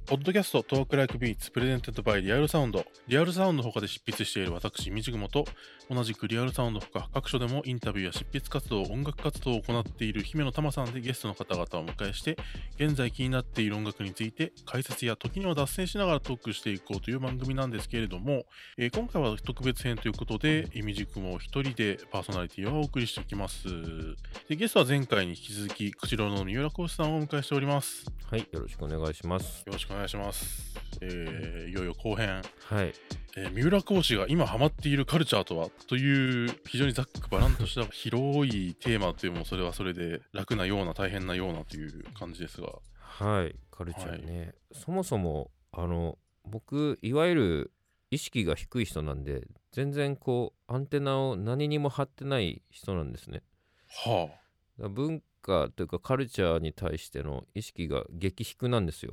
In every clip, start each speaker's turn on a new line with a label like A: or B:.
A: ポッドキャストトークライクビーツプレゼンテッドバイリアルサウンド。リアルサウンド他で執筆している私、みじぐもと、同じくリアルサウンド他各所でもインタビューや執筆活動、音楽活動を行っている姫野玉さんでゲストの方々をお迎えして、現在気になっている音楽について解説や時には脱線しながらトークしていこうという番組なんですけれども、今回は特別編ということで、みじくも一人でパーソナリティをお送りしていきます。でゲストは前回に引き続き、口論の三浦浩さんをお迎えしております。
B: はい、よろしくお願いします。
A: よろしくお願いします。いよいよ後編。
B: はい。
A: 三浦講師が今ハマっているカルチャーとはという非常にざっくばらんとした広いテーマというのもそれはそれで楽なような大変なようなという感じですが、
B: はい、カルチャーね、はい、そもそも僕いわゆる意識が低い人なんで、全然こうアンテナを何にも張ってない人なんですね。
A: は
B: あ、文化というかカルチャーに対しての意識が激低なんですよ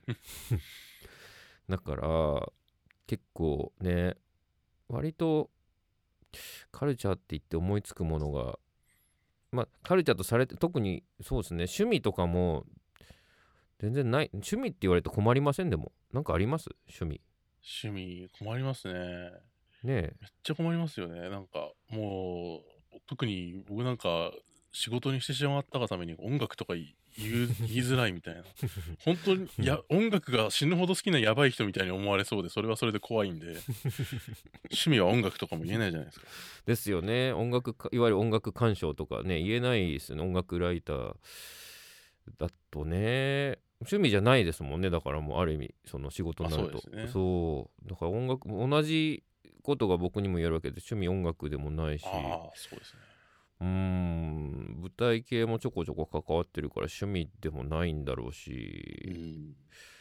B: だから結構ね、割とカルチャーって言って思いつくものが、カルチャーとされて、特にそうですね、趣味とかも全然ない。趣味って言われると困りません？でもなんかあります？趣
A: 味困りますね。
B: ねえ、
A: めっちゃ困りますよね。なんかもう特に僕なんか仕事にしてしまったがために音楽とか言いづらいみたいな本当に音楽が死ぬほど好きなやばい人みたいに思われそうで、それはそれで怖いんで趣味は音楽とかも言えないじゃないですか。
B: ですよね。いわゆる音楽鑑賞とかね、言えないですよね。音楽ライターだとね、趣味じゃないですもんね。だからもうある意味その仕事になると、そうだから音楽同じことが僕にも言えるわけで、趣味音楽でもないし、
A: そうですね。
B: 舞台系もちょこちょこ関わってるから趣味でもないんだろうし、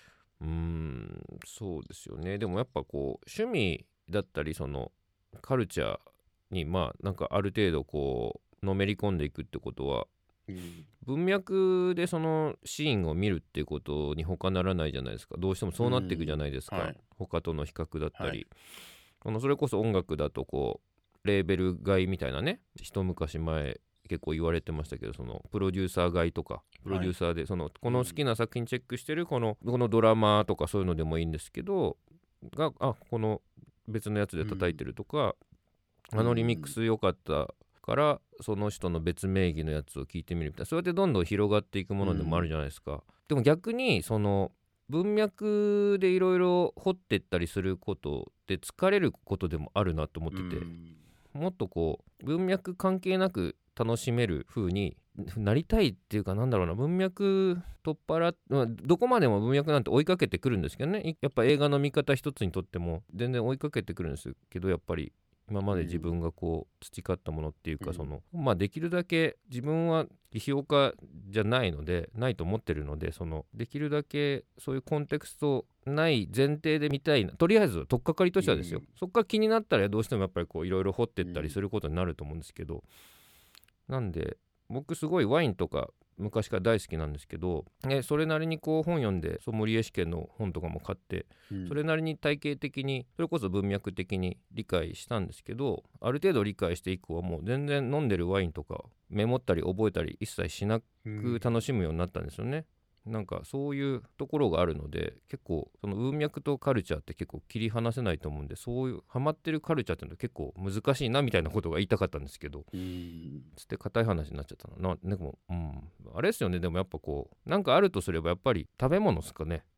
B: そうですよね。でもやっぱこう趣味だったりそのカルチャーになんかある程度こうのめり込んでいくってことは、文脈でそのシーンを見るっていうことに他ならないじゃないですか。どうしてもそうなっていくじゃないですか、はい、他との比較だったり、それこそ音楽だとこうレーベル買いみたいなね、一昔前結構言われてましたけど、そのプロデューサー買いとか、プロデューサーでこの好きな作品チェックしてるこのドラマーとかそういうのでもいいんですけど、この別のやつで叩いてるとか、あのリミックス良かったからその人の別名義のやつを聞いてみるみたいな、そうやってどんどん広がっていくものでもあるじゃないですか。でも逆にその文脈でいろいろ掘ってったりすることで疲れることでもあるなと思ってて、もっとこう文脈関係なく楽しめる風になりたいっていうか、なんだろうな、文脈取っ払っどこまでも文脈なんて追いかけてくるんですけどね。やっぱ映画の見方一つにとっても全然追いかけてくるんですけど、やっぱり今まで自分がこう培ったものっていうか、できるだけ自分は批評家じゃないと思ってるので、できるだけそういうコンテクストない前提で見たいな、とりあえず取っかかりとしてはですよ。そこから気になったらどうしてもやっぱりこういろいろ掘ってったりすることになると思うんですけど、なんで僕すごいワインとか昔から大好きなんですけど、それなりにこう本読んでソムリエ試験の本とかも買って、それなりに体系的にそれこそ文脈的に理解したんですけど、ある程度理解して以降はもう全然飲んでるワインとかメモったり覚えたり一切しなく楽しむようになったんですよね。なんかそういうところがあるので、結構その文脈とカルチャーって結構切り離せないと思うんで、そういうハマってるカルチャーってのは結構難しいなみたいなことが言いたかったんですけど、つって硬い話になっちゃったな。でもあれですよね。でもやっぱこうなんかあるとすればやっぱり食べ物ですかね。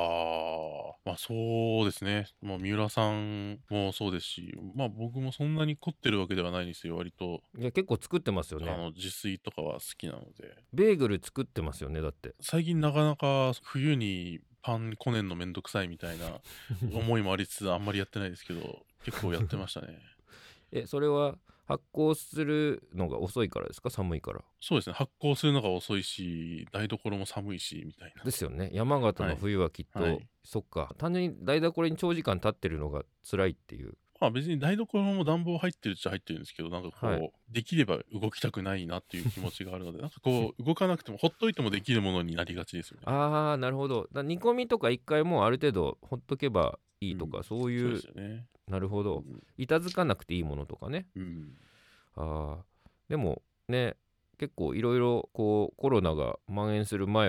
A: そうですね。三浦さんもそうですし、僕もそんなに凝ってるわけではないんですよ。割と
B: いや結構作ってますよね。
A: 自炊とかは好きなので。
B: ベーグル作ってますよね。だって
A: 最近なかなか冬にパンこねんのめんどくさいみたいな思いもありつつあんまりやってないですけど、結構やってましたね。
B: それは発酵するのが遅いからですか？寒いから？
A: そうですね。発酵するのが遅いし、台所も寒いしみたいな。
B: ですよね。山形の冬はきっと、そっか、単純に台所に長時間立ってるのが辛いっていう。
A: 別に台所も暖房入ってるっちゃ入ってるんですけど、なんかこう、できれば動きたくないなっていう気持ちがあるのでなんかこう動かなくてもほっといてもできるものになりがちですよね。
B: なるほど。煮込みとか一回もうある程度ほっとけばいいとか、そういう、
A: そうですよね。
B: なるほど、板付かなくていいものとかね。でもね、結構いろいろこうコロナが蔓延する前は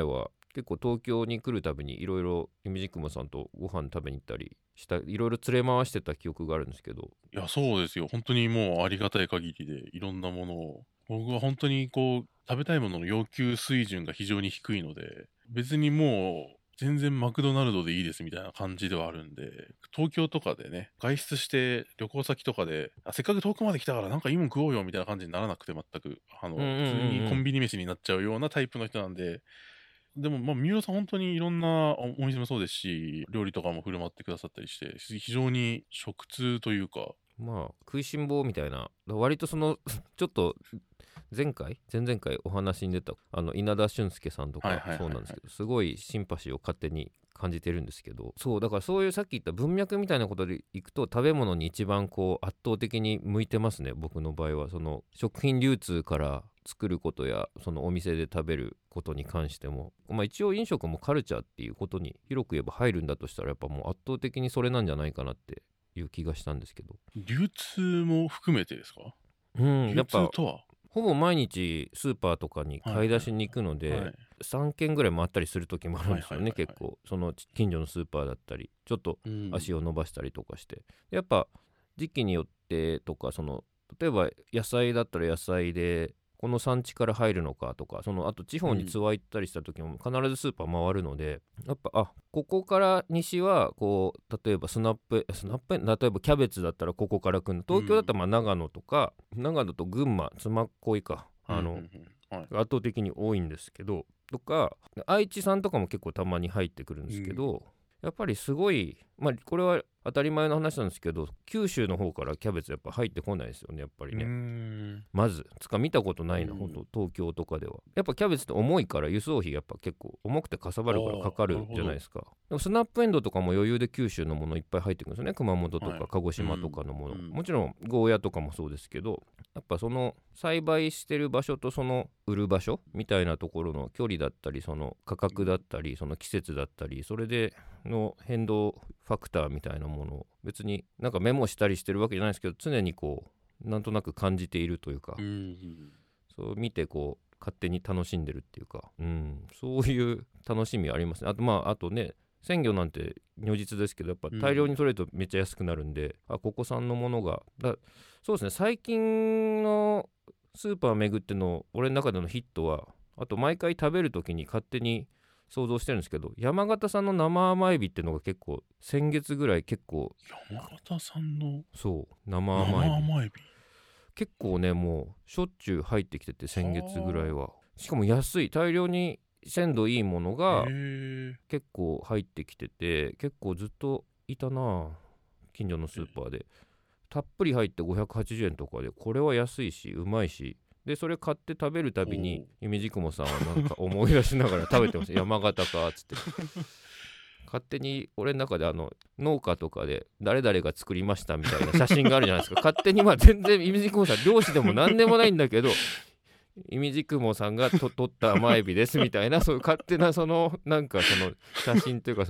B: 結構東京に来るたびにいろいろいみじくもさんとご飯食べに行ったりしたいろいろ連れ回してた記憶があるんですけど。
A: いや、そうですよ。本当にもうありがたい限りでいろんなものを、僕は本当にこう、食べたいものの要求水準が非常に低いので、別にもう全然マクドナルドでいいですみたいな感じではあるんで、東京とかでね、外出して旅行先とかで、せっかく遠くまで来たからなんかいいもん食おうよみたいな感じにならなくて全く、普通にコンビニ飯になっちゃうようなタイプの人なんで、でも、三浦さん本当にいろんなお店もそうですし、料理とかも振る舞ってくださったりして、非常に食通というか、
B: まあ食いしん坊みたいな、割とそのちょっと前々回お話に出た稲田俊介さんとかそうなんですけど、すごいシンパシーを勝手に感じてるんですけど、そうだからそういうさっき言った文脈みたいなことでいくと食べ物に一番こう圧倒的に向いてますね。僕の場合はその食品流通から作ることやそのお店で食べることに関しても、一応飲食もカルチャーっていうことに広く言えば入るんだとしたら、やっぱもう圧倒的にそれなんじゃないかなっていう気がしたんですけど。
A: 流通も含めてですか？
B: やっぱ
A: 流通とは
B: ほぼ毎日スーパーとかに買い出しに行くので、3軒ぐらい回ったりする時もあるんですよね。結構その近所のスーパーだったりちょっと足を伸ばしたりとかして、やっぱ時期によってとか、その例えば野菜だったら野菜でこの産地から入るのかとか、あと地方にツアー行ったりした時も必ずスーパー回るので、やっぱここから西はこう例えばスナップ例えばキャベツだったらここから来るの、東京だったら長野とか、長野と群馬妻っこいか圧倒的に多いんですけど、とか愛知産とかも結構たまに入ってくるんですけど、やっぱりすごいこれは当たり前の話なんですけど、九州の方からキャベツやっぱ入ってこないですよね、やっぱりね。まず見たことないな、本当東京とかではやっぱキャベツって重いから輸送費やっぱ結構重くてかさばるからかかるじゃないですか。でもスナップエンドウとかも余裕で九州のものいっぱい入ってくるんですよね。熊本とか鹿児島とかのもの、もちろんゴーヤとかもそうですけど、やっぱその栽培してる場所とその売る場所みたいなところの距離だったり、その価格だったり、その季節だったり、それでの変動ファクターみたいなものを別になんかメモしたりしてるわけじゃないですけど、常にこうなんとなく感じているというか、そう見てこう勝手に楽しんでるっていうか、そういう楽しみありますね。あとね、鮮魚なんて如実ですけど、やっぱ大量に取れるとめっちゃ安くなるんで、ここ産のものがそうですね。最近のスーパー巡っての俺の中でのヒットは、あと毎回食べるときに勝手に想像してるんですけど、山形産の生甘エビっていうのが結構先月ぐらい結構
A: 山形産の
B: そう生甘エビ結構ね、もうしょっちゅう入ってきてて、先月ぐらいは。しかも安い、大量に鮮度いいものが結構入ってきてて、結構ずっといたな、近所のスーパーでたっぷり入って580円とかで、これは安いしうまいし、でそれ買って食べるたびにいみじくもさんはなんか思い出しながら食べてます山形かっつって勝手に俺の中で農家とかで誰々が作りましたみたいな写真があるじゃないですか。勝手に全然いみじくもさん漁師でも何でもないんだけど、いみじくもさんが取った甘エビですみたいな、そういう勝手ななんかその写真というか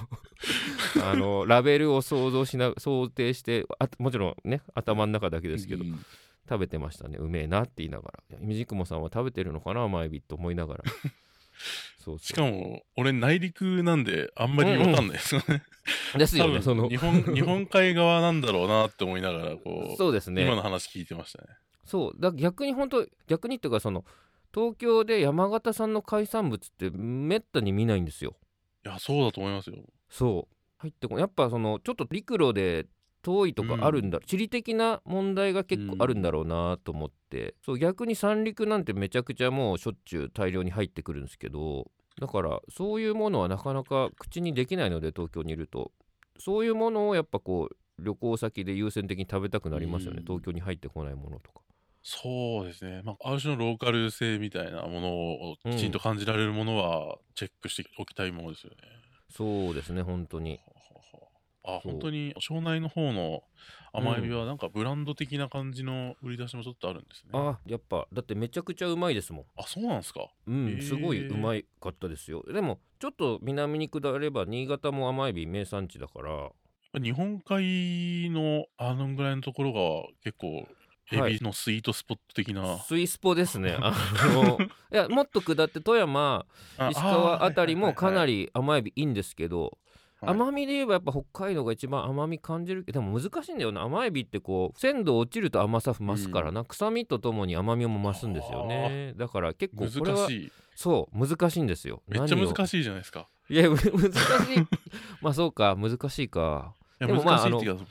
B: ラベルを想定してもちろんね頭の中だけですけど、食べてましたね。うめえなって言いながら、いみじくもさんは食べてるのかな甘エビと思いながらそう
A: しかも俺内陸なんであんまり分かんないですよね、
B: ですよね。
A: 日本海側なんだろうなって思いながら
B: そうですね、
A: 今の話聞いてましたね。
B: そうだ、逆にっていうか、東京で山形産の海産物ってめったに見ないんですよ。
A: いや、そうだと思いますよ。
B: そう入ってこない。やっぱちょっと陸路で遠いとかあるんだ、地理的な問題が結構あるんだろうなと思って、そう逆に三陸なんてめちゃくちゃもうしょっちゅう大量に入ってくるんですけど、だからそういうものはなかなか口にできないので、東京にいるとそういうものをやっぱ旅行先で優先的に食べたくなりますよね、東京に入ってこないものとか。
A: そうですね、ある種のローカル性みたいなものをきちんと感じられるものはチェックしておきたいものですよね。
B: そうですね、本当に。
A: 本当に庄内の方の甘エビはなんかブランド的な感じの売り出しもちょっとあるんですね。
B: やっぱだってめちゃくちゃうまいですもん。
A: そうなんですか。
B: すごいうまかったですよ。でもちょっと南に下れば新潟も甘エビ名産地だから、
A: 日本海のぐらいのところが結構エビのスイートスポット的な、
B: スイスポですね。いやもっと下って富山石川あたりもかなり甘エビいいんですけど、甘みで言えばやっぱ北海道が一番甘み感じるけど、でも難しいんだよな。甘エビってこう鮮度落ちると甘さ増すからな、臭みとともに甘みも増すんですよね。だから結構これは
A: 難しい。
B: そう難しいんですよ。
A: めっちゃ難しいじゃないですか。
B: いや難しいまあそうか難しいか。
A: でもまあ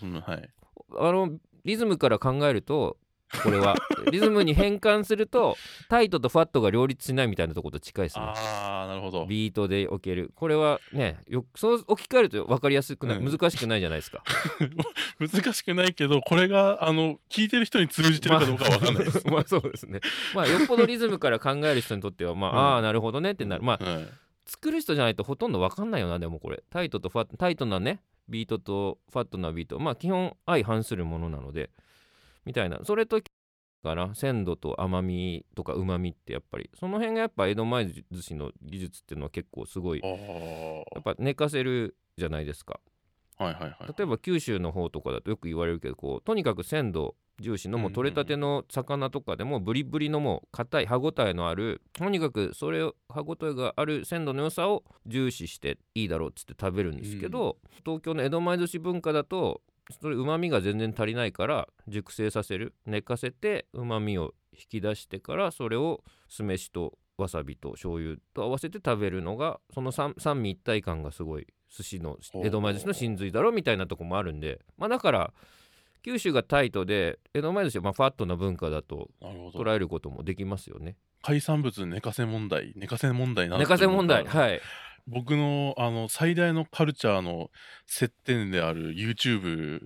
B: リズムから考えるとこれはリズムに変換するとタイトとファットが両立しないみたいなところと近いですね。
A: ああなるほど。
B: ビートで置けるこれはねそう置き換えると分かりやすくない、難しくないじゃないですか。
A: 難しくないけどこれが聞いてる人に通じてるかどうかは分かんないです。
B: まあそうですね。まあよっぽどリズムから考える人にとってはああなるほどねってなる。まあ、作る人じゃないとほとんど分かんないよな。でもこれタイトなねビートとファットなビート、まあ基本相反するものなのでみたいな、それとかな鮮度と甘みとか旨みってやっぱりその辺がやっぱ江戸前寿司の技術っていうのは結構すごいやっぱ寝かせるじゃないですか。例えば九州の方とかだとよく言われるけどこうとにかく鮮度重視のもう取れたての魚とかでもブリブリのもう硬い歯ごたえのある、とにかくそれを歯ごたえがある鮮度の良さを重視していいだろうっつって食べるんですけど、東京の江戸前寿司文化だとそれ旨味が全然足りないから熟成させる、寝かせて旨味を引き出してからそれを酢飯とわさびと醤油と合わせて食べるのがその三位一体感がすごい寿司の江戸前寿司の真髄だろみたいなとこもあるんで、まあだから九州がタイトで江戸前寿司はファットな文化だと捉えることもできますよね。
A: 海産物寝かせ問題なんですけ
B: ど、はい、
A: 僕の最大のカルチャーの接点である YouTube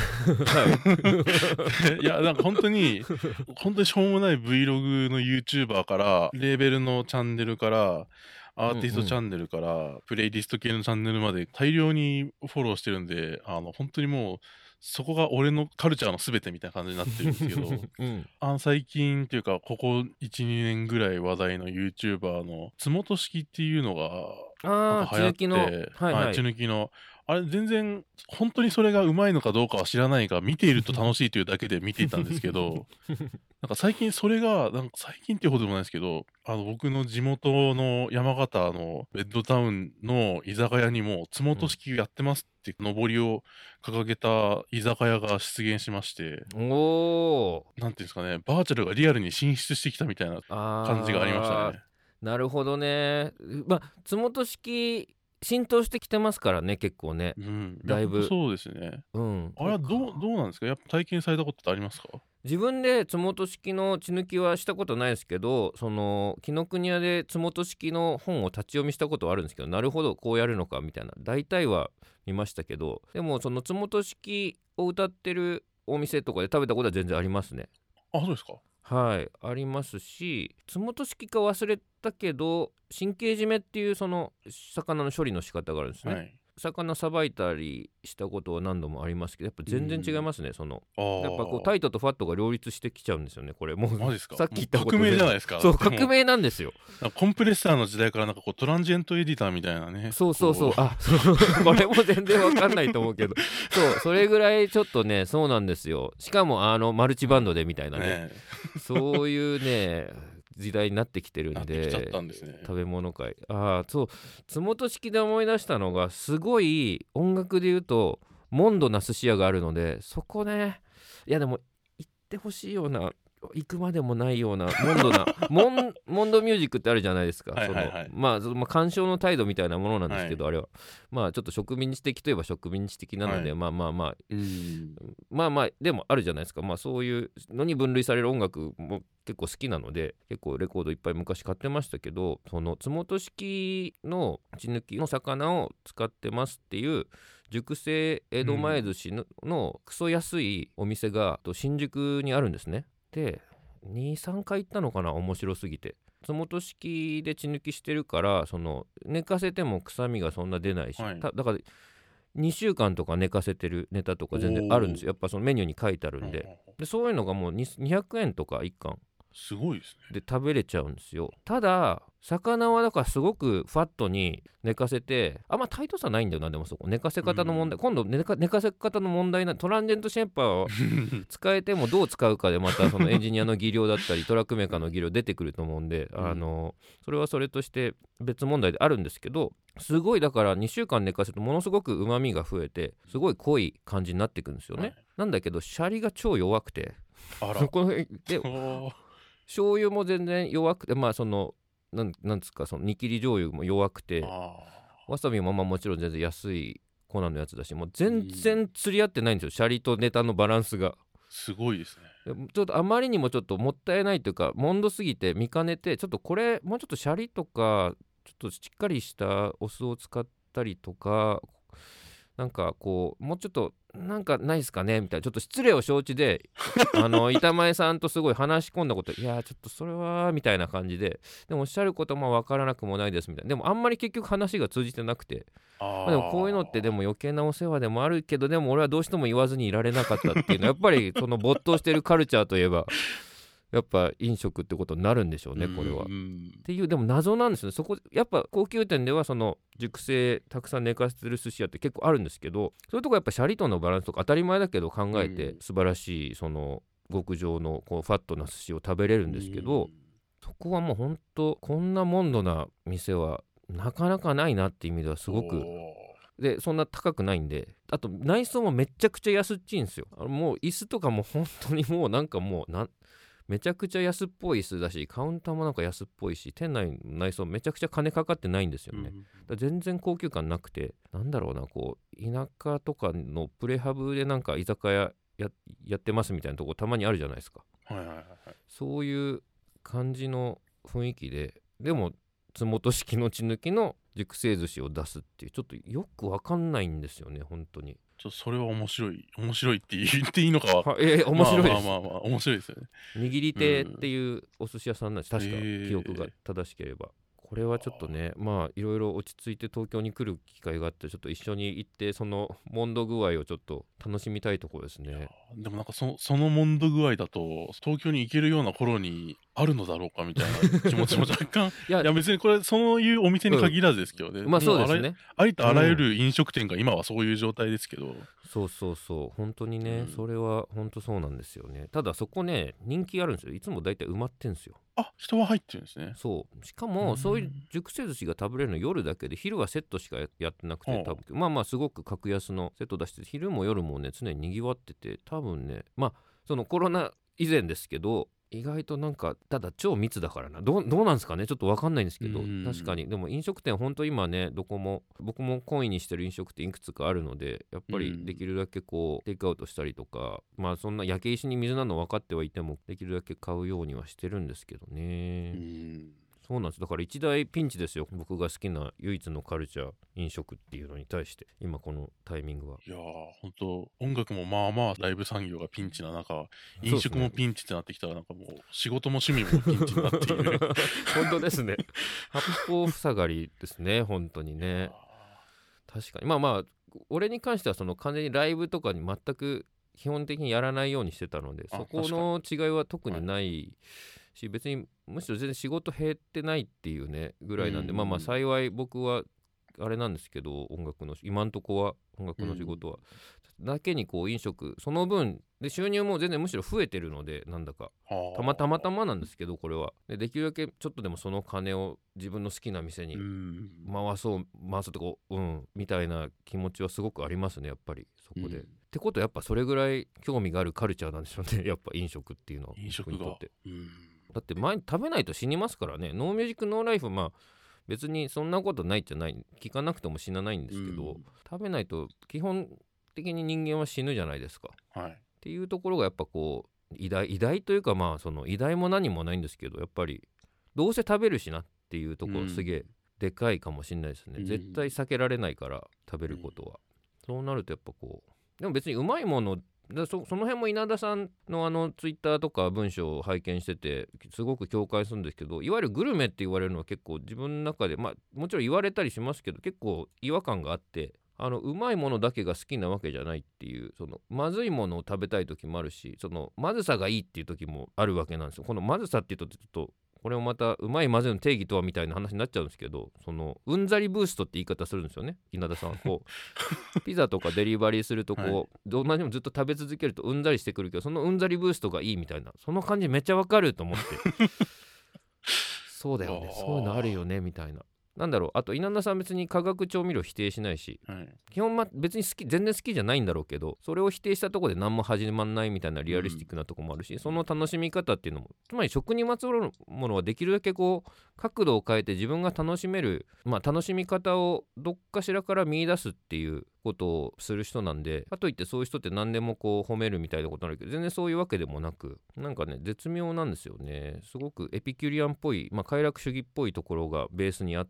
A: いやなんか本当にしょうもない Vlog の YouTuber からレーベルのチャンネルからアーティストチャンネルからプレイリスト系のチャンネルまで大量にフォローしてるんで、本当にもうそこが俺のカルチャーの全てみたいな感じになってるんですけど、最近っていうかここ 1,2 年ぐらい話題の YouTuber のつもと式っていうのがなんか流行って、血抜きのあれ全然本当にそれがうまいのかどうかは知らないが見ていると楽しいというだけで見ていたんですけどなんか最近それがなんか最近っていうほどでもないですけど僕の地元の山形のベッドタウンの居酒屋にもつもと式やってますって上りを掲げた居酒屋が出現しまして、なんていうんですかね、バーチャルがリアルに進出してきたみたいな感じがありましたね。
B: なるほどね。まあつもと式浸透してきてますからね結構ね、だいぶ
A: そうですね。あれはどうなんですか。やっぱ体験されたことってありますか。
B: 自分でつもと式の血抜きはしたことないですけど、その紀ノ国屋でつもと式の本を立ち読みしたことはあるんですけど、なるほどこうやるのかみたいな大体は見ましたけど、でもそのつもと式を歌ってるお店とかで食べたことは全然ありますね。
A: あ、そうですか。
B: はい、ありますし、つもと式か忘れたけど神経締めっていうその魚の処理の仕方があるんですね。魚さばいたりしたことは何度もありますけど、やっぱ全然違いますね。そのやっぱこうタイトとファットが両立してきちゃうんですよね。これもうさっき言ったことで
A: 革命じゃないですか。
B: そう革命なんですよ。
A: コンプレッサーの時代からなんかこうトランジェントエディターみたいなね。
B: そうこれも全然わかんないと思うけどそれぐらいちょっとね、そうなんですよ。しかもマルチバンドでみたいなねそういうね時代になってきてるんで、食べ物界。そうつもと式で思い出したのが、すごい音楽で言うとモンドな寿司屋があるので、そこね、いやでも行ってほしいような、行くまでもないようなモンドなモンドミュージックってあるじゃないですか。まあ鑑賞の態度みたいなものなんですけど、あれはまあちょっと植民地的といえば植民地的なので、まあでもあるじゃないですか。まあそういうのに分類される音楽も結構好きなので、結構レコードいっぱい昔買ってましたけど、そのつもと式の血抜きの魚を使ってますっていう熟成江戸前寿司のクソ安いお店が新宿にあるんですね。で 2,3 回行ったのかな、面白すぎて。つもと式で血抜きしてるから、その寝かせても臭みがそんな出ないし、だから2週間とか寝かせてるネタとか全然あるんですよ。やっぱそのメニューに書いてあるんで、そういうのがもう200円とか1貫
A: すごいですね。
B: で食べれちゃうんですよ。ただ魚はだからすごくファットに寝かせて、あんまタイトさないんだよな。でもそこ寝かせ方の問題、今度寝かせ方の問題な、トランジェントシェンパーを使えてもどう使うかでまたそのエンジニアの技量だったりトラックメーカーの技量出てくると思うんで、それはそれとして別問題であるんですけど、すごいだから2週間寝かせるとものすごく旨味が増えてすごい濃い感じになっていくんですよね、はい、なんだけどシャリが超弱くて、
A: あら
B: こので醤油も全然弱くて、まあそのなんですか、その煮切り醤油も弱くて、わさびもまあもちろん全然安い粉のやつだし、もう全然釣り合ってないんですよ、シャリとネタのバランスが。
A: すごいですね。
B: ちょっとあまりにもちょっともったいないというか、モンドすぎて見かねて、ちょっとこれもうちょっとシャリとかちょっとしっかりしたお酢を使ったりとか、なんかこうもうちょっとなんかないですかねみたいな、ちょっと失礼を承知で板前さんとすごい話し込んだこと、いやちょっとそれはみたいな感じで、でもおっしゃることも分からなくもないですみたいな、でもあんまり結局話が通じてなくて、でもこういうのってでも余計なお世話でもあるけど、でも俺はどうしても言わずにいられなかったっていうのはやっぱりその没頭してるカルチャーといえばやっぱ飲食ってことになるんでしょうね、これは。っていう、でも謎なんですね。そこやっぱ高級店ではその熟成たくさん寝かせてる寿司屋って結構あるんですけど、そういうとこやっぱシャリとのバランスとか当たり前だけど考えて素晴らしいその極上のこうファットな寿司を食べれるんですけど、そこはもう本当こんなモンドな店はなかなかないなっていう意味ではすごく。でそんな高くないんで、あと内装もめちゃくちゃ安っちいんですよ。もう椅子とかも本当にもうなんかもうめちゃくちゃ安っぽい椅子だし、カウンターもなんか安っぽいし、店内の内装めちゃくちゃ金かかってないんですよね、だ全然高級感なくて、なんだろうな、こう田舎とかのプレハブでなんか居酒屋 やってますみたいなとこたまにあるじゃないですか、そういう感じの雰囲気で、でもつもと式の血抜きの熟成寿司を出すっていう、ちょっとよくわかんないんですよね本当に。
A: それは面白いって言っていいのかは、
B: 面白いです。
A: まあ面白いですよね。
B: 握り手っていうお寿司屋さんなんです、確か記憶が正しければ。これはちょっとね、まあいろいろ落ち着いて東京に来る機会があって、ちょっと一緒に行ってそのモンド具合をちょっと楽しみたいところですね。
A: でもなんかそのモンド具合だと東京に行けるような頃にあるのだろうかみたいな気持ちも若干いや別にこれそういうお店に限らずですけどね、
B: まあそうですね、
A: ありとあらゆる飲食店が今はそういう状態ですけど、
B: そう本当にね、それは本当そうなんですよね。ただそこね人気あるんですよ、いつもだいたい埋まってんですよ。
A: あ、人は入ってるんですね。
B: そうしかもそういう熟成寿司が食べれるの夜だけで、昼はセットしかやってなくて、多分まあすごく格安のセット出して、昼も夜もね常に賑わってて、多分ねまあそのコロナ以前ですけど、意外となんかただ超密だからな、どうなんですかね、ちょっと分かんないんですけど、確かにでも飲食店本当今ねどこも僕も懇意にしてる飲食店いくつかあるので、やっぱりできるだけこうテイクアウトしたりとか、まあそんな焼け石に水なの分かってはいてもできるだけ買うようにはしてるんですけどね。そうなんです。だから一大ピンチですよ、僕が好きな唯一のカルチャー飲食っていうのに対して今このタイミングは。
A: いやー本当音楽もまあまあライブ産業がピンチな中、飲食もピンチってなってきたら、なんかもう仕事も趣味もピンチになっている
B: 本当ですね、八方塞がりですね本当にね。確かにまあ俺に関してはその完全にライブとかに全く基本的にやらないようにしてたので、そこの違いは特にないし、別にむしろ全然仕事減ってないっていうねぐらいなんで、まあ幸い僕はあれなんですけど、音楽の今んとこは音楽の仕事はだけにこう飲食その分で収入も全然むしろ増えてるので、なんだかたまたまなんですけど、これは できるだけちょっとでもその金を自分の好きな店に回すとこみたいな気持ちはすごくありますね、やっぱりそこで。ってことはやっぱそれぐらい興味があるカルチャーなんでしょうね、やっぱ飲食っていうのは。
A: 飲食が
B: だって前食べないと死にますからね。ノーミュージックノーライフ、まあ別にそんなことないじゃない、聞かなくても死なないんですけど、食べないと基本的に人間は死ぬじゃないですか、っていうところがやっぱこう偉大というか、まあその偉大も何もないんですけど、やっぱりどうせ食べるしなっていうところすげえでかいかもしれないですね、絶対避けられないから食べることは、そうなるとやっぱこうでも別にうまいものその辺も稲田さんのツイッターとか文章を拝見しててすごく共感するんですけど、いわゆるグルメって言われるのは結構自分の中でまあもちろん言われたりしますけど、結構違和感があって、うまいものだけが好きなわけじゃないっていう、そのまずいものを食べたい時もあるし、そのまずさがいいっていう時もあるわけなんですよ。このまずさっていうとちょっとこれもまたうまい混ぜの定義とはみたいな話になっちゃうんですけど、そのうんざりブーストって言い方するんですよね、稲田さんは。こうピザとかデリバリーするとこう、はい、同じもずっと食べ続けるとうんざりしてくるけど、そのうんざりブーストがいいみたいな、その感じめっちゃわかると思ってそうだよね、そういうのあるよねみたいな。なんだろう、あと稲田さん別に化学調味料否定しないし、はい、基本別に全然好きじゃないんだろうけど、それを否定したところで何も始まんないみたいなリアリスティックなとこもあるし、その楽しみ方っていうのも、つまり食にまつわるものはできるだけこう角度を変えて自分が楽しめる、楽しみ方をどっかしらから見出すっていうことをする人なんで、かといってそういう人って何でもこう褒めるみたいなことになるけど、全然そういうわけでもなく、なんかね絶妙なんですよね。すごくエピキュリアンっぽい、快楽主義っぽいところがベースにあって、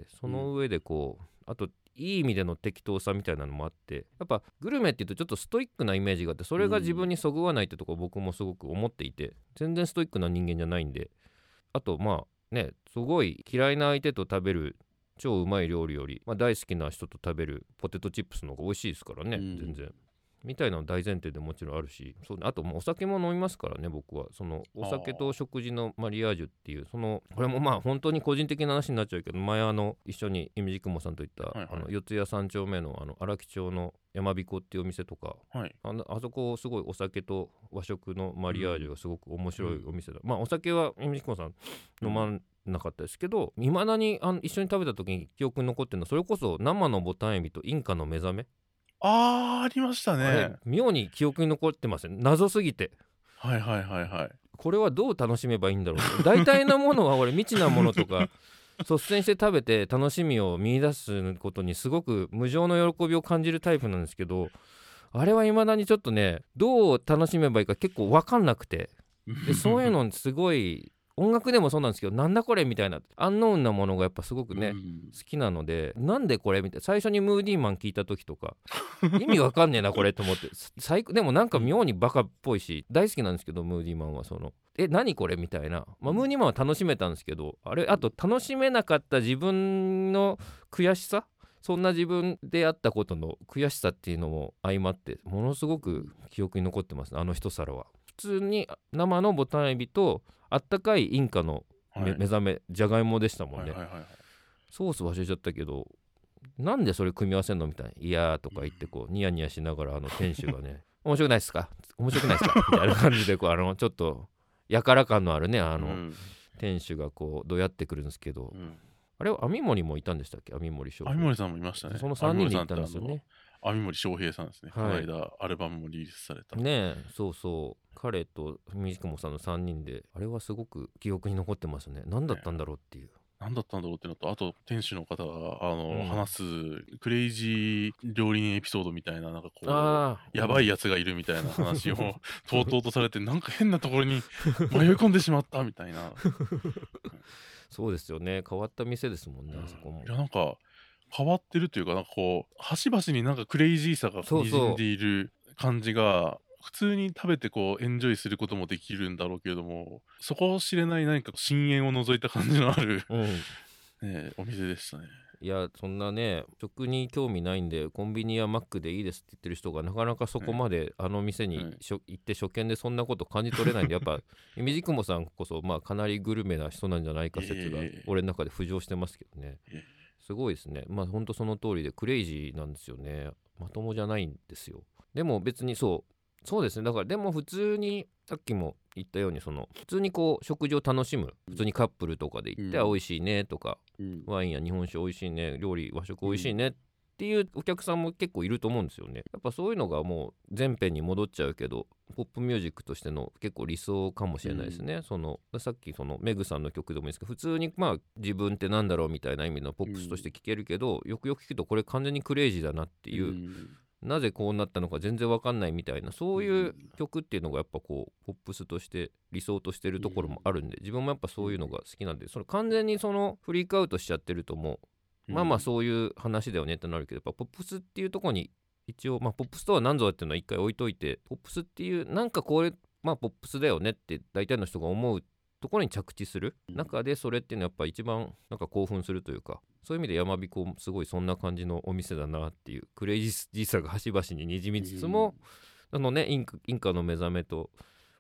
B: その上でこう、あといい意味での適当さみたいなのもあって、やっぱグルメっていうとちょっとストイックなイメージがあって、それが自分にそぐわないってとこ僕もすごく思っていて、全然ストイックな人間じゃないんで、あとすごい嫌いな相手と食べる超うまい料理より、大好きな人と食べるポテトチップスの方が美味しいですからね、全然みたいなの大前提でもちろんあるし、あとお酒も飲みますからね。僕はそのお酒と食事のマリアージュっていう、これも本当に個人的な話になっちゃうけど、前一緒にいみじくもさんと行った、四谷三丁目の荒木町の山彦っていうお店とか、はい、あそこすごいお酒と和食のマリアージュがすごく面白いお店だ、お酒はいみじくもさん飲まなかったですけど、いまだに一緒に食べた時に記憶に残ってるのは、それこそ生のボタンエビとインカの目覚め、
A: ありましたね。
B: あれ妙に記憶に残ってますね、謎すぎて。
A: はいはいはいはい。
B: これはどう楽しめばいいんだろう。大体のものは俺未知なものとか率先して食べて楽しみを見出すことにすごく無常の喜びを感じるタイプなんですけど、あれは未だにちょっとね、どう楽しめばいいか結構分かんなくて、でそういうのすごい音楽でもそうなんですけど、なんだこれみたいなアンノーンなものがやっぱすごくね、好きなので、なんでこれみたいな、最初にムーディーマン聞いた時とか意味わかんねえなこれと思ってでもなんか妙にバカっぽいし大好きなんですけど、ムーディーマンは何これみたいな、ムーディーマンは楽しめたんですけど、あと楽しめなかった自分の悔しさ、そんな自分であったことの悔しさっていうのも相まって、ものすごく記憶に残ってます、あの一皿は。普通に生のボタンエビとあったかいインカの目覚め、じゃがいもでしたもんね、ソース忘れちゃったけど、なんでそれ組み合わせんのみたいな、いやーとか言ってこうニヤニヤしながら店主がね面白くないですか面白くないですかみたいな感じでこうちょっとやから感のあるね店主がこうどうやってくるんですけど、あれは網森もいたんでしたっけ、網森翔平、
A: 網森さんもいましたね。
B: その3人で行ったんですよね。
A: 網森翔平さんですね、この間アルバムもリリースされた
B: ね。そう彼とみじくもさんの3人で、あれはすごく記憶に残ってますね。何だったんだろうっていう、
A: 何だったんだろうってのと、あと店主の方が話すクレイジー料理人エピソードみたいな、なんかこうやばいやつがいるみたいな話をとうとうとされて、なんか変なところに迷い込んでしまったみたいな
B: そうですよね、変わった店ですもんね、あそこも。
A: いやなんか変わってるというか、なんかこう端々になんかクレイジーさがにじんでいる感じが、普通に食べてこうエンジョイすることもできるんだろうけれども、そこを知れない何か深淵を除いた感じのある、お店でしたね。
B: いやそんなね、食に興味ないんでコンビニやマックでいいですって言ってる人がなかなかそこまであの店に行って初見でそんなこと感じ取れないんで、やっぱみじくもさんこそかなりグルメな人なんじゃないか説が俺の中で浮上してますけどね。すごいですね。ほんとその通りでクレイジーなんですよね。まともじゃないんですよ。でも別にそうですね。だからでも普通にさっきも言ったように、普通にこう食事を楽しむ、普通にカップルとかで行って美味しいねとか、ワインや日本酒美味しいね、料理和食美味しいねっていうお客さんも結構いると思うんですよね。やっぱそういうのがもう前編に戻っちゃうけど、ポップミュージックとしての結構理想かもしれないですね。さっきメグさんの曲でもいいですけど、普通に自分ってなんだろうみたいな意味のポップスとして聴けるけど、よくよく聞くとこれ完全にクレイジーだなっていう、なぜこうなったのか全然わかんないみたいな、そういう曲っていうのがやっぱこうポップスとして理想としてるところもあるんで、自分もやっぱそういうのが好きなんで、完全にフリークアウトしちゃってるともうそういう話だよねってなるけど、やっぱポップスっていうところに一応ポップスとは何ぞっていうのは一回置いといて、ポップスっていうなんかこれポップスだよねって大体の人が思うところに着地する中で、それっていうのはやっぱ一番なんか興奮するというか、そういう意味で山彦すごいそんな感じのお店だなっていう、クレイジーさが端々ににじみつつも、インカの目覚めと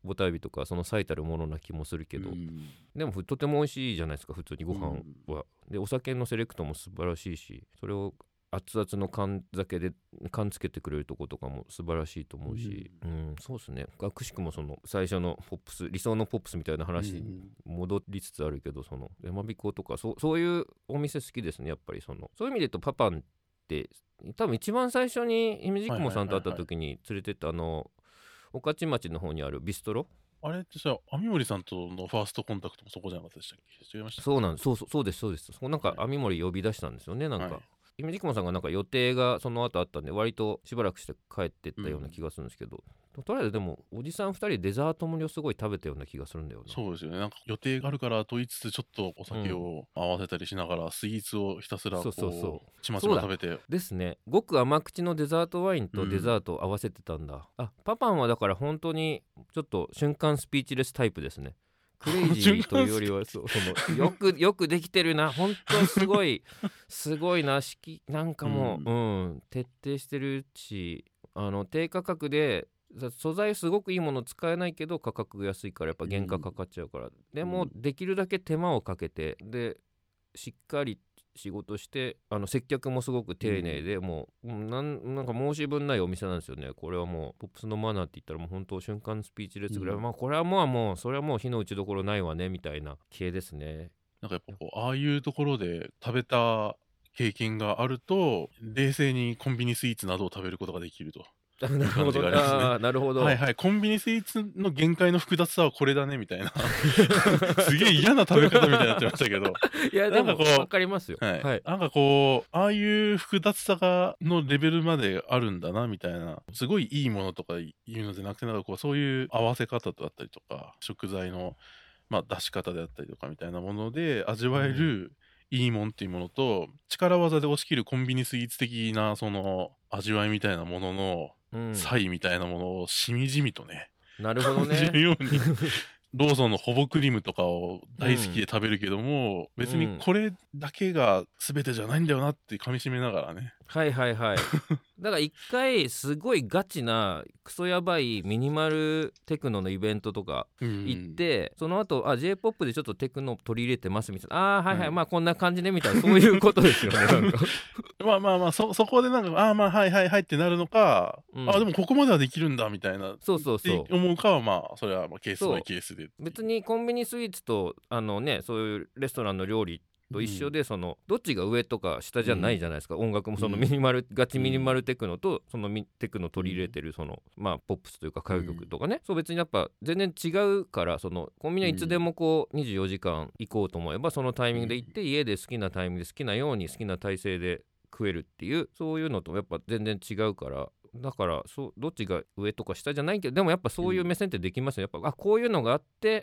B: ボタンエビとかその最たるものな気もするけど、でもとても美味しいじゃないですか普通にご飯は、でお酒のセレクトも素晴らしいし、それを熱々の缶酒で缶つけてくれるとことかも素晴らしいと思うし、そうですね。くしくもその最初のポップス、理想のポップスみたいな話に戻りつつあるけど、その山彦とかそういうお店好きですね。やっぱりそういう意味で言うとパパンって多分一番最初に姫路雲さんと会った時に連れてった御徒町の方にあるビストロ、
A: あれってさ、網森さんとのファーストコンタクトもそこじゃなかったでしたっけ？違いましたっけ？
B: そうなんです。そうです。なんか網森呼び出したんですよね。なんか、姫路雲さんがなんか予定がその後あったんで割としばらくして帰ってったような気がするんですけど、とりあえずでもおじさん2人デザートもすごい食べたような気がするんだよな。
A: そうですよね。なんか予定があるからと言いつつちょっとお酒を合わせたりしながらスイーツをひたすらこうちまちま食べて
B: ですね。ごく甘口のデザートワインとデザートを合わせてたんだ、パパンはだから本当にちょっと瞬間スピーチレスタイプですね。クレイジーというよりはよくできてるな、本当すごいな、なんかもう、徹底してるし、低価格で素材すごくいいもの使えないけど価格が安いからやっぱ原価かかっちゃうから、でもできるだけ手間をかけてでしっかり仕事して接客もすごく丁寧で、もうなんか申し分ないお店なんですよね。これはもうポップスのマナーって言ったらもう本当瞬間スピーチレスぐらい、これはもうそれはもう火の打ちどころないわねみたいな系ですね。
A: なんかやっぱこうああいうところで食べた経験があると冷静にコンビニスイーツなどを食べることができると。
B: なるほど、なるほど。
A: はいはい、コンビニスイーツの限界の複雑さはこれだねみたいなすげえ嫌な食べ方みたいになってましたけど
B: いやでも分かりますよ。
A: なんかこうああいう複雑さのレベルまであるんだなみたいな、すごいいいものとかいうのじゃなくて、なんかこうそういう合わせ方だったりとか食材の出し方であったりとかみたいなもので味わえる、いいもんっていうものと力技で押し切るコンビニスイーツ的なその味わいみたいなものの差異みたいなものをしみじみとね、
B: なるほどね、
A: 感じるようにローソンのほぼクリームとかを大好きで食べるけども、別にこれだけが全てじゃないんだよなって噛み締めながらね。
B: だから一回すごいガチなクソやばいミニマルテクノのイベントとか行って、その後J-POP でちょっとテクノ取り入れてますみたいな、こんな感じねみたいな、そういうことですよねなんか
A: そこでなんかはいってなるのか、でもここまではできるんだみたいなって思うかはそれはケースバイケースで。
B: 別にコンビニスイーツとそういうレストランの料理と一緒で、どっちが上とか下じゃないじゃないですか、音楽もそのガチミニマルテクノとそのテクノ取り入れてるポップスというか歌謡曲とかね、そう別にやっぱ全然違うから、コンビニはいつでもこう24時間行こうと思えばそのタイミングで行って、家で好きなタイミングで好きなように好きな体勢で食えるっていう、そういうのとやっぱ全然違うから、だからどっちが上とか下じゃないけど、でもやっぱそういう目線ってできますよ。やっぱこういうのがあって、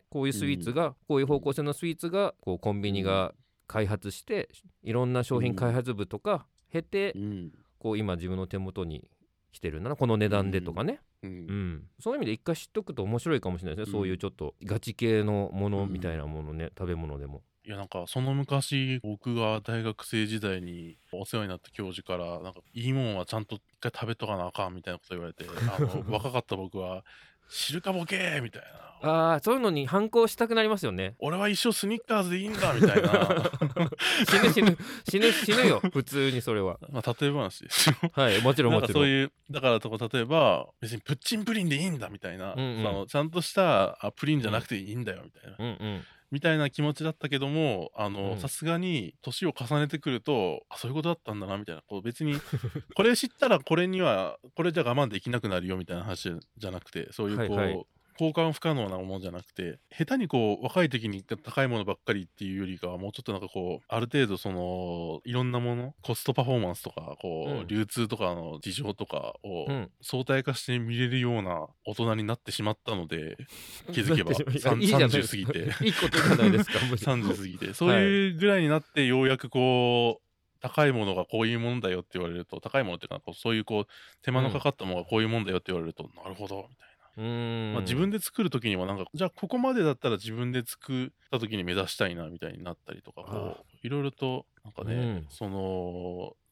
B: こういうスイーツが、こういう方向性のスイーツがこうコンビニが開発して、いろんな商品開発部とか経て、こう今自分の手元に来てるんだな、この値段でとかね、そういう意味で一回知っとくと面白いかもしれないですね、そういうちょっとガチ系のものみたいなものね、食べ物でも。
A: いやなんかその昔僕が大学生時代にお世話になった教授からなんかいいもんはちゃんと一回食べとかなあかんみたいなこと言われて若かった僕は知るかボケーみたい
B: な、そういうのに反抗したくなりますよね。
A: 俺は一生スニッカーズでいいんだみたいな
B: 死ぬよ普通にそれは
A: 例え話ですよ
B: もちろん
A: なんかそういうだから例えば別にプッチンプリンでいいんだみたいな、ちゃんとしたプリンじゃなくていいんだよみたいな、みたいな気持ちだったけども、さすがに年を重ねてくるとそういうことだったんだなみたいな、こう別にこれ知ったらこれじゃ我慢できなくなるよみたいな話じゃなくて、そういう交換不可能なものじゃなくて、下手にこう若い時に高いものばっかりっていうよりかは、もうちょっとなんかこうある程度いろんなもの、コストパフォーマンスとか流通とかの事情とかを相対化して見れるような大人になってしまったので、気づけば30過ぎて
B: いいことじゃないですか
A: 30過ぎてそういうぐらいになってようやくこう高いものがこういうもんだよって言われると、高いものっていうかそういう手間のかかったものがこういうもんだよって言われると、なるほどみたいな。自分で作る時にはなんかじゃあここまでだったら自分で作った時に目指したいなみたいになったりとか、いろいろとなんかね、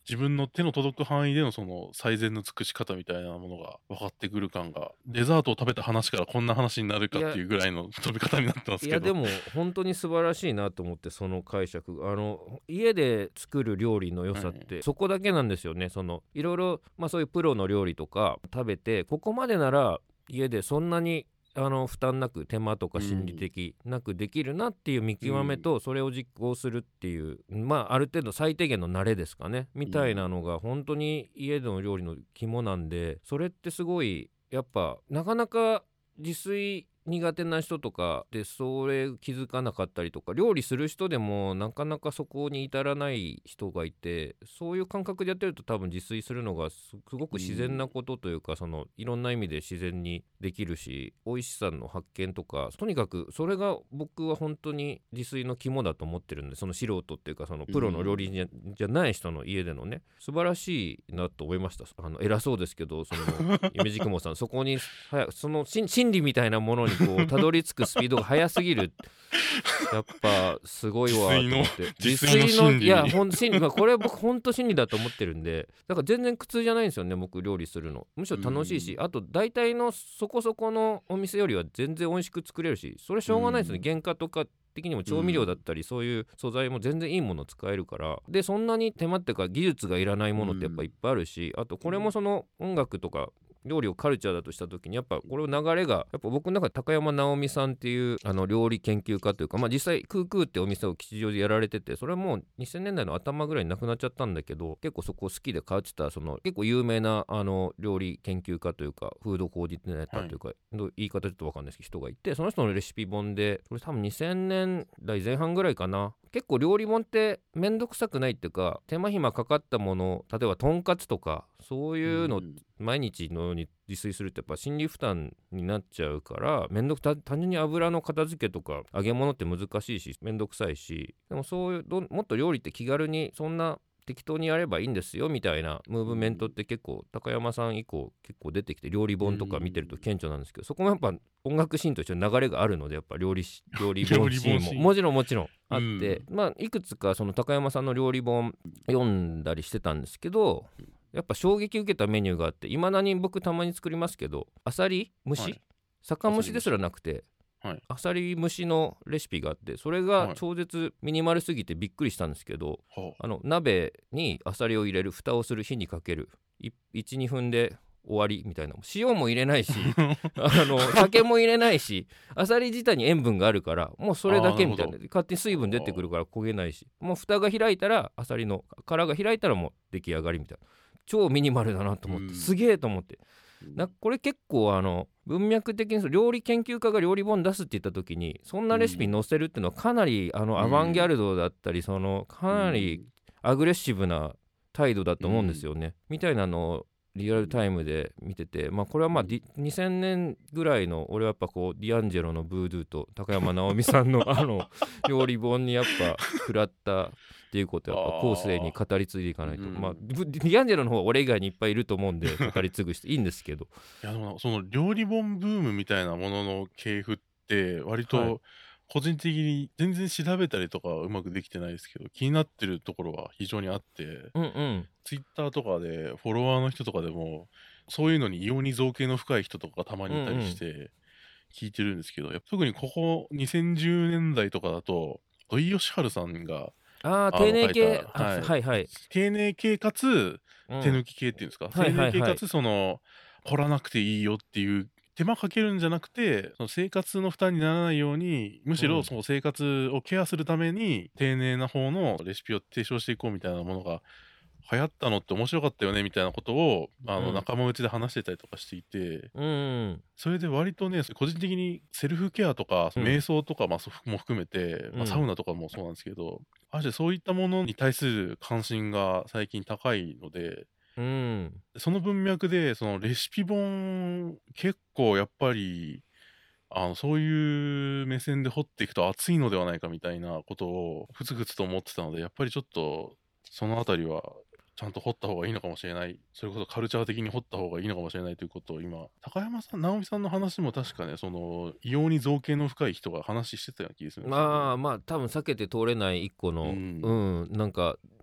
A: 自分の手の届く範囲でのその最善の尽くし方みたいなものが分かってくる感が、デザートを食べた話からこんな話になるかっていうぐらいの飛び方になってますけど。
B: いやでも本当に素晴らしいなと思って、その解釈、家で作る料理の良さってそこだけなんですよね。そのいろいろ、そういうプロの料理とか食べて、ここまでなら家でそんなに負担なく、手間とか心理的なくできるなっていう見極めと、それを実行するっていう、ある程度最低限の慣れですかね、みたいなのが本当に家での料理の肝なんで、それってすごいやっぱなかなか自炊苦手な人とかでそれ気づかなかったりとか、料理する人でもなかなかそこに至らない人がいて、そういう感覚でやってると多分自炊するのがすごく自然なことというか、そのいろんな意味で自然にできるし、美味しさの発見とか、とにかくそれが僕は本当に自炊の肝だと思ってるんで、その素人っていうかそのプロの料理人じゃない人の家でのね、素晴らしいなと思いました。偉そうですけど、その夢軸もさんそこにその心理みたいなものにこうたどり着くスピードが速すぎるやっぱすごいわと思って、
A: 自炊の心理、
B: いや心理、これ僕本当心理だと思ってるんで、だから全然苦痛じゃないんですよね、僕料理するの。むしろ楽しいし、あと大体のそこそこのお店よりは全然美味しく作れるし、それしょうがないですね。原価とか的にも調味料だったり、そういう素材も全然いいもの使えるから、でそんなに手間っていうか技術がいらないものってやっぱいっぱいあるし、あとこれもその音楽とか料理をカルチャーだとした時に、やっぱこれ流れがやっぱ僕の中で高山直美さんっていう料理研究家というか、実際クークーってお店を吉祥寺でやられてて、それはもう2000年代の頭ぐらいに亡くなっちゃったんだけど、結構そこ好きで通ってた、その結構有名な料理研究家というかフードコーディネーターというか、言い方ちょっと分かんないですけど人がいて、その人のレシピ本で、これ多分2000年代前半ぐらいかな、結構料理本ってめんどくさくないっていうか、手間暇かかったもの、例えばとんかつとかそういうの毎日のように自炊するとやっぱ心理負担になっちゃうから、単純に油の片付けとか揚げ物って難しいしめんどくさいし、でもそういうもっと料理って気軽にそんな適当にやればいいんですよみたいなムーブメントって結構高山さん以降結構出てきて、料理本とか見てると顕著なんですけど、そこもやっぱ音楽シーンとしての流れがあるので、やっぱ料理本シーンももちろんあって、いくつかその高山さんの料理本読んだりしてたんですけど、やっぱ衝撃受けたメニューがあって、いまだに僕たまに作りますけど、アサリ蒸し、酒蒸しですらなくて、アサリ蒸しのレシピがあって、それが超絶ミニマルすぎてびっくりしたんですけど、鍋にアサリを入れる、蓋をする、火にかける、 1,2 分で終わりみたいな。塩も入れないし酒も入れないし、アサリ自体に塩分があるからもうそれだけみたいな、勝手に水分出てくるから焦げないし、もう蓋が開いたらアサリの殻が開いたらもう出来上がりみたいな、超ミニマルだなと思って、すげえと思って、これ結構文脈的に料理研究家が料理本出すって言った時にそんなレシピ載せるっていうのはかなりアバンギャルドだったり、そのかなりアグレッシブな態度だと思うんですよね、みたいなのをリアルタイムで見てて、これは2000年ぐらいの俺はやっぱこうディアンジェロのブードゥーと高山直美さんの料理本にやっぱ食らったっていうことをやっぱ後世に語り継いでいかないと、ディアンジェロの方は俺以外にいっぱいいると思うんで語り継ぐしていいんですけど
A: いやでもその料理本ブームみたいなものの系譜って割と個人的に全然調べたりとかはうまくできてないですけど、気になってるところは非常にあって、ツイッターとかでフォロワーの人とかでもそういうのに異様に造形の深い人とかがたまにいたりして聞いてるんですけど、特にここ2010年代とかだと土井善晴さんが
B: 丁寧系、
A: 丁寧系かつ手抜き系っていうんですか、丁寧系かつその掘らなくていいよっていう手間かけるんじゃなくて、その生活の負担にならないように、むしろその生活をケアするために丁寧な方のレシピを提唱していこうみたいなものが流行ったのって面白かったよねみたいなことを仲間内で話してたりとかしていて、それで割とね個人的にセルフケアとか瞑想とかも含めて、サウナとかもそうなんですけど、そういったものに対する関心が最近高いので、その文脈でそのレシピ本結構やっぱりそういう目線で掘っていくと熱いのではないかみたいなことをふつふつと思ってたので、やっぱりちょっとそのあたりはちゃんと掘った方がいいのかもしれない、それこそカルチャー的に掘った方がいいのかもしれないということを今高山さん直美さんの話も確かね、その異様に造形の深い人が話してたような気がするんですよね。
B: 多分避けて通れない一個のなんか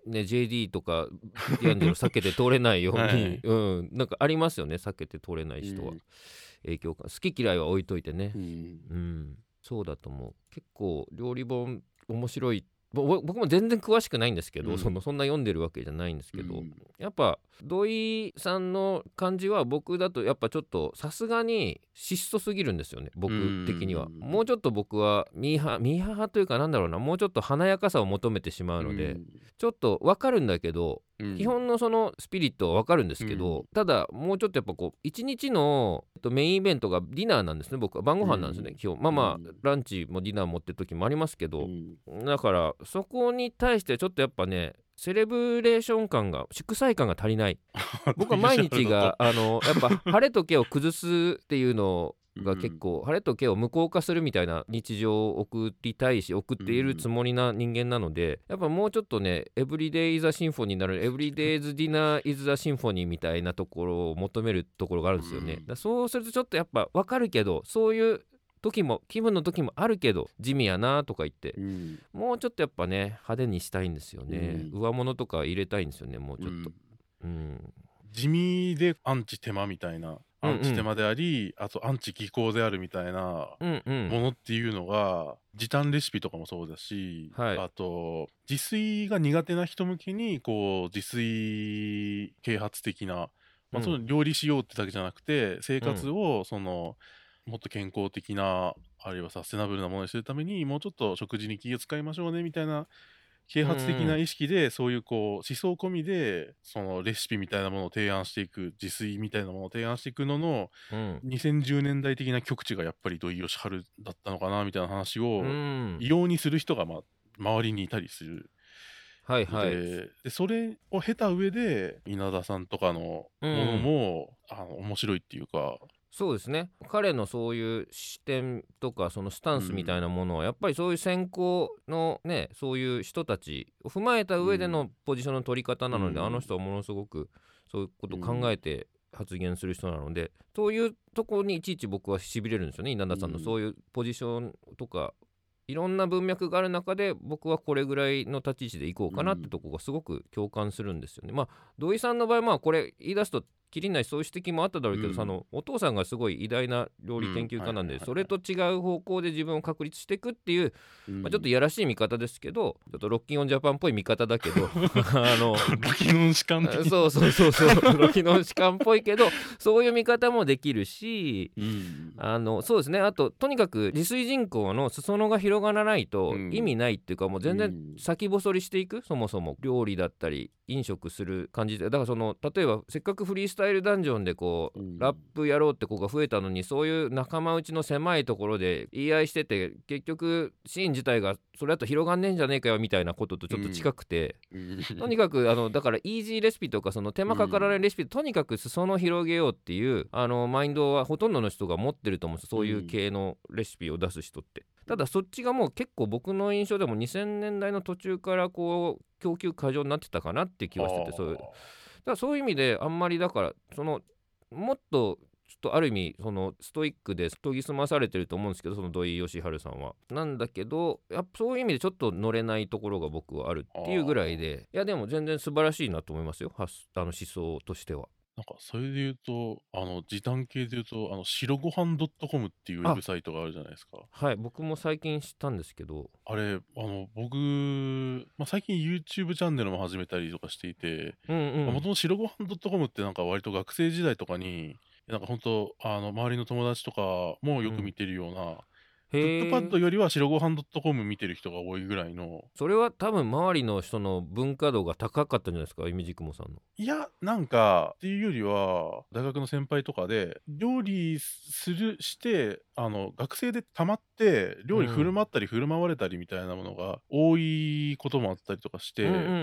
B: ね JD とかディアンジェロ避けて通れないように、
A: はい
B: なんかありますよね、避けて通れない人は、影響感、好き嫌いは置いといてね、そうだと思う。結構料理本面白い。僕も全然詳しくないんですけど、そんな読んでるわけじゃないんですけど、やっぱ土井さんの感じは僕だとやっぱちょっとさすがに質素すぎるんですよね、僕的には。もうちょっと僕はミーハー派というか、なんだろうな、もうちょっと華やかさを求めてしまうので、ちょっと分かるんだけど、基本のそのスピリットは分かるんですけど、ただもうちょっとやっぱこう一日のメインイベントがディナーなんですね。僕は晩ご飯なんですね、基本。ランチもディナーもって時もありますけど、だからそこに対してちょっとやっぱね、セレブレーション感が、祝祭感が足りない僕は毎日がやっぱ晴れとけを崩すっていうのが結構、晴れとけを無効化するみたいな日常を送りたいし、送っているつもりな人間なので、やっぱもうちょっとね、エブリデイ・イザ・シンフォニーになる、エブリデイズ・ディナー・イズ・ザ・シンフォニーみたいなところを求めるところがあるんですよね。そうするとちょっとやっぱ分かるけど、そういう時も気分の時もあるけど地味やなとか言って、もうちょっとやっぱね派手にしたいんですよね、上物とか入れたいんですよね、もうちょっと、
A: 地味でアンチ手間みたいな、アンチ手間であり、あとアンチ技巧であるみたいなものっていうのが、時短レシピとかもそうだし、あと自炊が苦手な人向けにこう自炊啓発的な、その料理しようってだけじゃなくて、生活をそのもっと健康的な、あるいはサステナブルなものにするためにもうちょっと食事に気を使いましょうねみたいな啓発的な意識で、そういうこう思想込みでそのレシピみたいなものを提案していく、自炊みたいなものを提案していくのの、2010年代的な極致がやっぱり土井善晴だったのかなみたいな話を異様にする人が周りにいたりする。でそれを経た上で稲田さんとかのものも、面白いっていうか。
B: そうですね、彼のそういう視点とかそのスタンスみたいなものはやっぱりそういう先行のね、そういう人たちを踏まえた上でのポジションの取り方なので、あの人はものすごくそういうことを考えて発言する人なので、そういうところにいちいち僕はしびれるんですよね、稲田さんのそういうポジションとか。いろんな文脈がある中で僕はこれぐらいの立ち位置でいこうかなってとこがすごく共感するんですよね。土井さんの場合これ言い出すときりない、そういう指摘もあっただろうけど、お父さんがすごい偉大な料理研究家なんで、それと違う方向で自分を確立していくっていう、ちょっといやらしい見方ですけど、ちょっとロッキンオンジャパンっぽい見方だけどロ
A: キノン士官的
B: そうロキノン士官っぽいけど、そういう見方もできるし、そうですね、あととにかく自炊人口の裾野が広がらないと意味ないっていうか、もう全然先細りしていく、そもそも料理だったり飲食する感じで。だから例えばせっかくフリースタイルダンジョンでこう、ラップやろうって子が増えたのに、そういう仲間内の狭いところで言い合いしてて、結局シーン自体がそれだと広がんねえんじゃねえかよみたいなこととちょっと近くて、とにかくだからイージーレシピとかその手間かからないレシピ、とにかく裾野を広げようっていうマインドはほとんどの人が持ってると思うんです、そういう系のレシピを出す人って。ただそっちがもう結構僕の印象でも2000年代の途中からこう供給過剰になってたかなって気はしてて、だからそういう意味であんまり、だからもっとちょっとある意味ストイックで研ぎ澄まされてると思うんですけど、その土井善晴さんは。なんだけどやっぱそういう意味でちょっと乗れないところが僕はあるっていうぐらいで、いやでも全然素晴らしいなと思いますよ、思想としては。
A: なんかそれで言うと、時短系で言うと、白ごはん .com っていうウェブサイトがあるじゃないですか。
B: はい、僕も最近知ったんですけど、
A: あれ、僕、最近 YouTube チャンネルも始めたりとかしていて、もともと白ごはん .com ってなんか割と学生時代とかに、なんか本当周りの友達とかもよく見てるような、クックパッドよりは白ごはん .com 見てる人が多いぐらいの。
B: それは多分周りの人の文化度が高かったんじゃないですか、イミジクモさんの。
A: いや、なんかっていうよりは大学の先輩とかで料理して学生でたまって料理振る舞ったり振る舞われたりみたいなものが多いこともあったりとかして、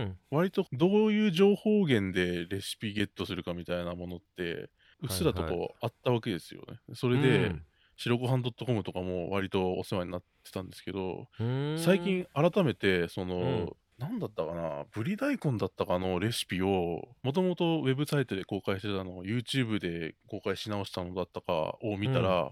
A: 割とどういう情報源でレシピゲットするかみたいなものってうっすらとこうあったわけですよね。それで、白ごはん .com とかも割とお世話になってたんですけど、最近改めて何だったかな、ぶり大根だったかのレシピをもともとウェブサイトで公開してたのを YouTube で公開し直したのだったかを見たら、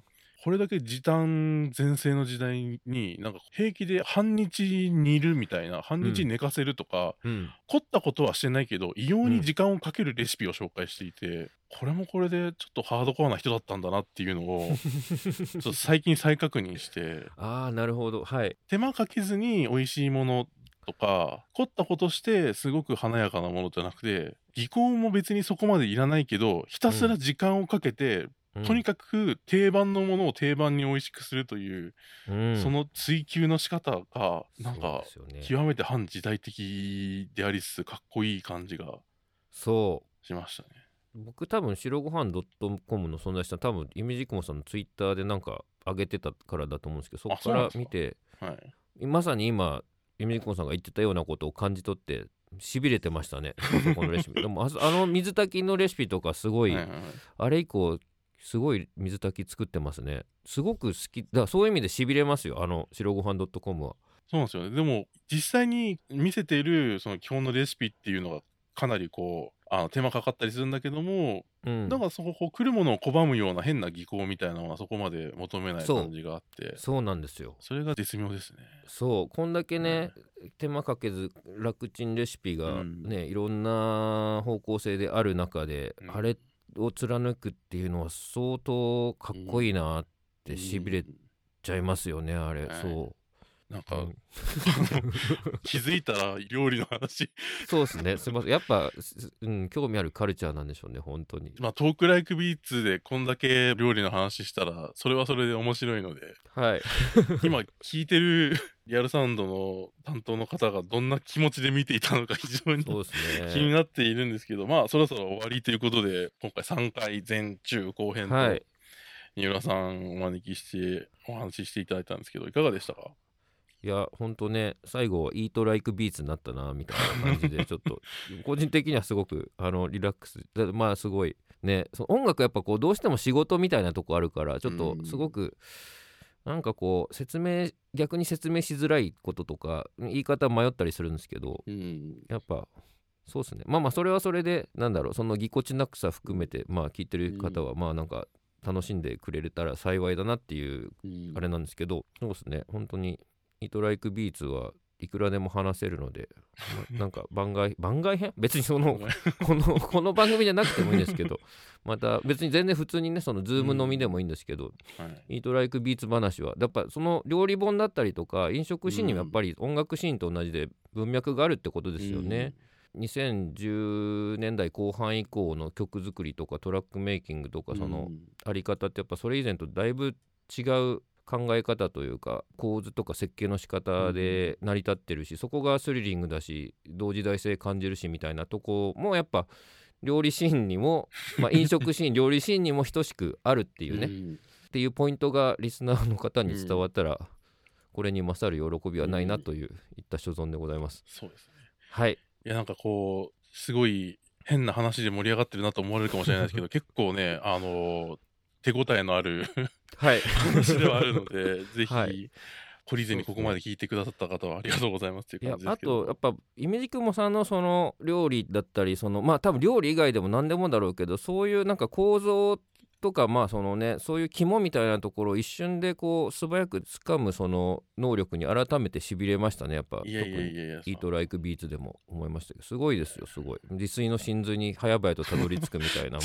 A: これだけ時短全盛の時代になんか平気で半日煮るみたいな、半日寝かせるとか、凝ったことはしてないけど異様に時間をかけるレシピを紹介していて、これもこれでちょっとハードコアな人だったんだなっていうのをちょっと最近再確認して
B: なるほど、はい、
A: 手間かけずに美味しいものとか凝ったことしてすごく華やかなものじゃなくて、技巧も別にそこまでいらないけどひたすら時間をかけて、とにかく定番のものを定番に美味しくするという、その追求の仕方がなんか極めて反時代的でありつつかっこいい感じがしましたね。
B: 僕多分白ごはん .com の存在した多分イメージクモさんのツイッターでなんか上げてたからだと思うんですけど、そこから見て、まさに今イメージクモさんが言ってたようなことを感じ取ってしびれてましたね。そこのレシピでも水炊きのレシピとかすごい、あれ以降すごい水炊き作ってますね。すごく好きだから、そういう意味でしびれますよ、白ごはん .com は。
A: そうなんですよね。でも実際に見せているその基本のレシピっていうのがかなりこう手間かかったりするんだけども、だからそこ来るものを拒むような変な技巧みたいなのはそこまで求めない感じがあって、
B: そうなんですよ。
A: それが絶妙ですね。
B: そうこんだけね、手間かけず楽ちんレシピがね、いろんな方向性である中で、あれを貫くっていうのは相当かっこいいなってしびれちゃいますよね、あれ。そう
A: なんか、気づいたら料理の話
B: そうですね、すみません、やっぱ、興味あるカルチャーなんでしょうね、本当に。
A: トークライクビーツでこんだけ料理の話したらそれはそれで面白いので、今聞いてるリアルサウンドの担当の方がどんな気持ちで見ていたのか非常に気になっているんですけど、そろそろ終わりということで今回3回前中後編と三浦さんお招きしてお話ししていただいたんですけど、いかがでしたか？
B: いや本当ね、最後イートライクビーツになったなみたいな感じでちょっと個人的にはすごくリラックス、すごいね、その音楽やっぱこうどうしても仕事みたいなとこあるからちょっとすごくなんかこう逆に説明しづらいこととか言い方迷ったりするんですけど、やっぱそうですね、それはそれでなんだろう、そのぎこちなくさ含めて聞いてる方はなんか楽しんでくれたら幸いだなっていうあれなんですけど、そうですね、本当にイートライクビーツはいくらでも話せるので、なんか番外編別にこの番組じゃなくてもいいんですけどまた別に全然普通にね、そのズーム飲みでもいいんですけど、イートライクビーツ話はやっぱその料理本だったりとか飲食シーンにもやっぱり音楽シーンと同じで文脈があるってことですよね。2010年代後半以降の曲作りとかトラックメイキングとかそのあり方ってやっぱそれ以前とだいぶ違う考え方というか構図とか設計の仕方で成り立ってるし、そこがスリリングだし同時代性感じるしみたいなとこもやっぱ料理シーンにも、飲食シーン料理シーンにも等しくあるっていうねっていうポイントがリスナーの方に伝わったら、これに勝る喜びはないなといういった所存でございます。
A: そうですね。
B: はい。
A: いやなんかこうすごい変な話で盛り上がってるなと思われるかもしれないですけど結構ね手応えのある話ではあるのでぜひ懲りずにここまで聞いてくださった方はありがとうございますという感じですけど、
B: あとやっぱイメージクモさんのその料理だったり多分料理以外でも何でもだろうけど、そういうなんか構造とかそういう肝みたいなところを一瞬でこう素早く掴むその能力に改めてしびれましたね。やっぱ特にイートライクビーツでも思いましたけど、すごいですよ、すごい自炊の真髄に早々とたどり着くみたいなも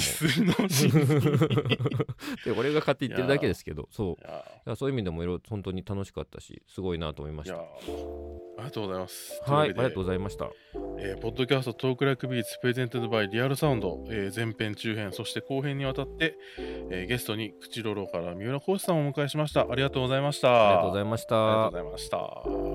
B: で俺が勝手に言ってるだけですけど、そういう意味でも本当に楽しかったしすごいなと思いました。
A: ありがとうございます。
B: はい、ありがとうございました。
A: ポッドキャストトークライクビーツプレゼンテッドバイリアルサウンド、前編中編そして後編にわたって、ゲストに口ロロから三浦浩さんをお迎えしました。ありがとうございました。
B: ありがとうございました。
A: ありがとうございました。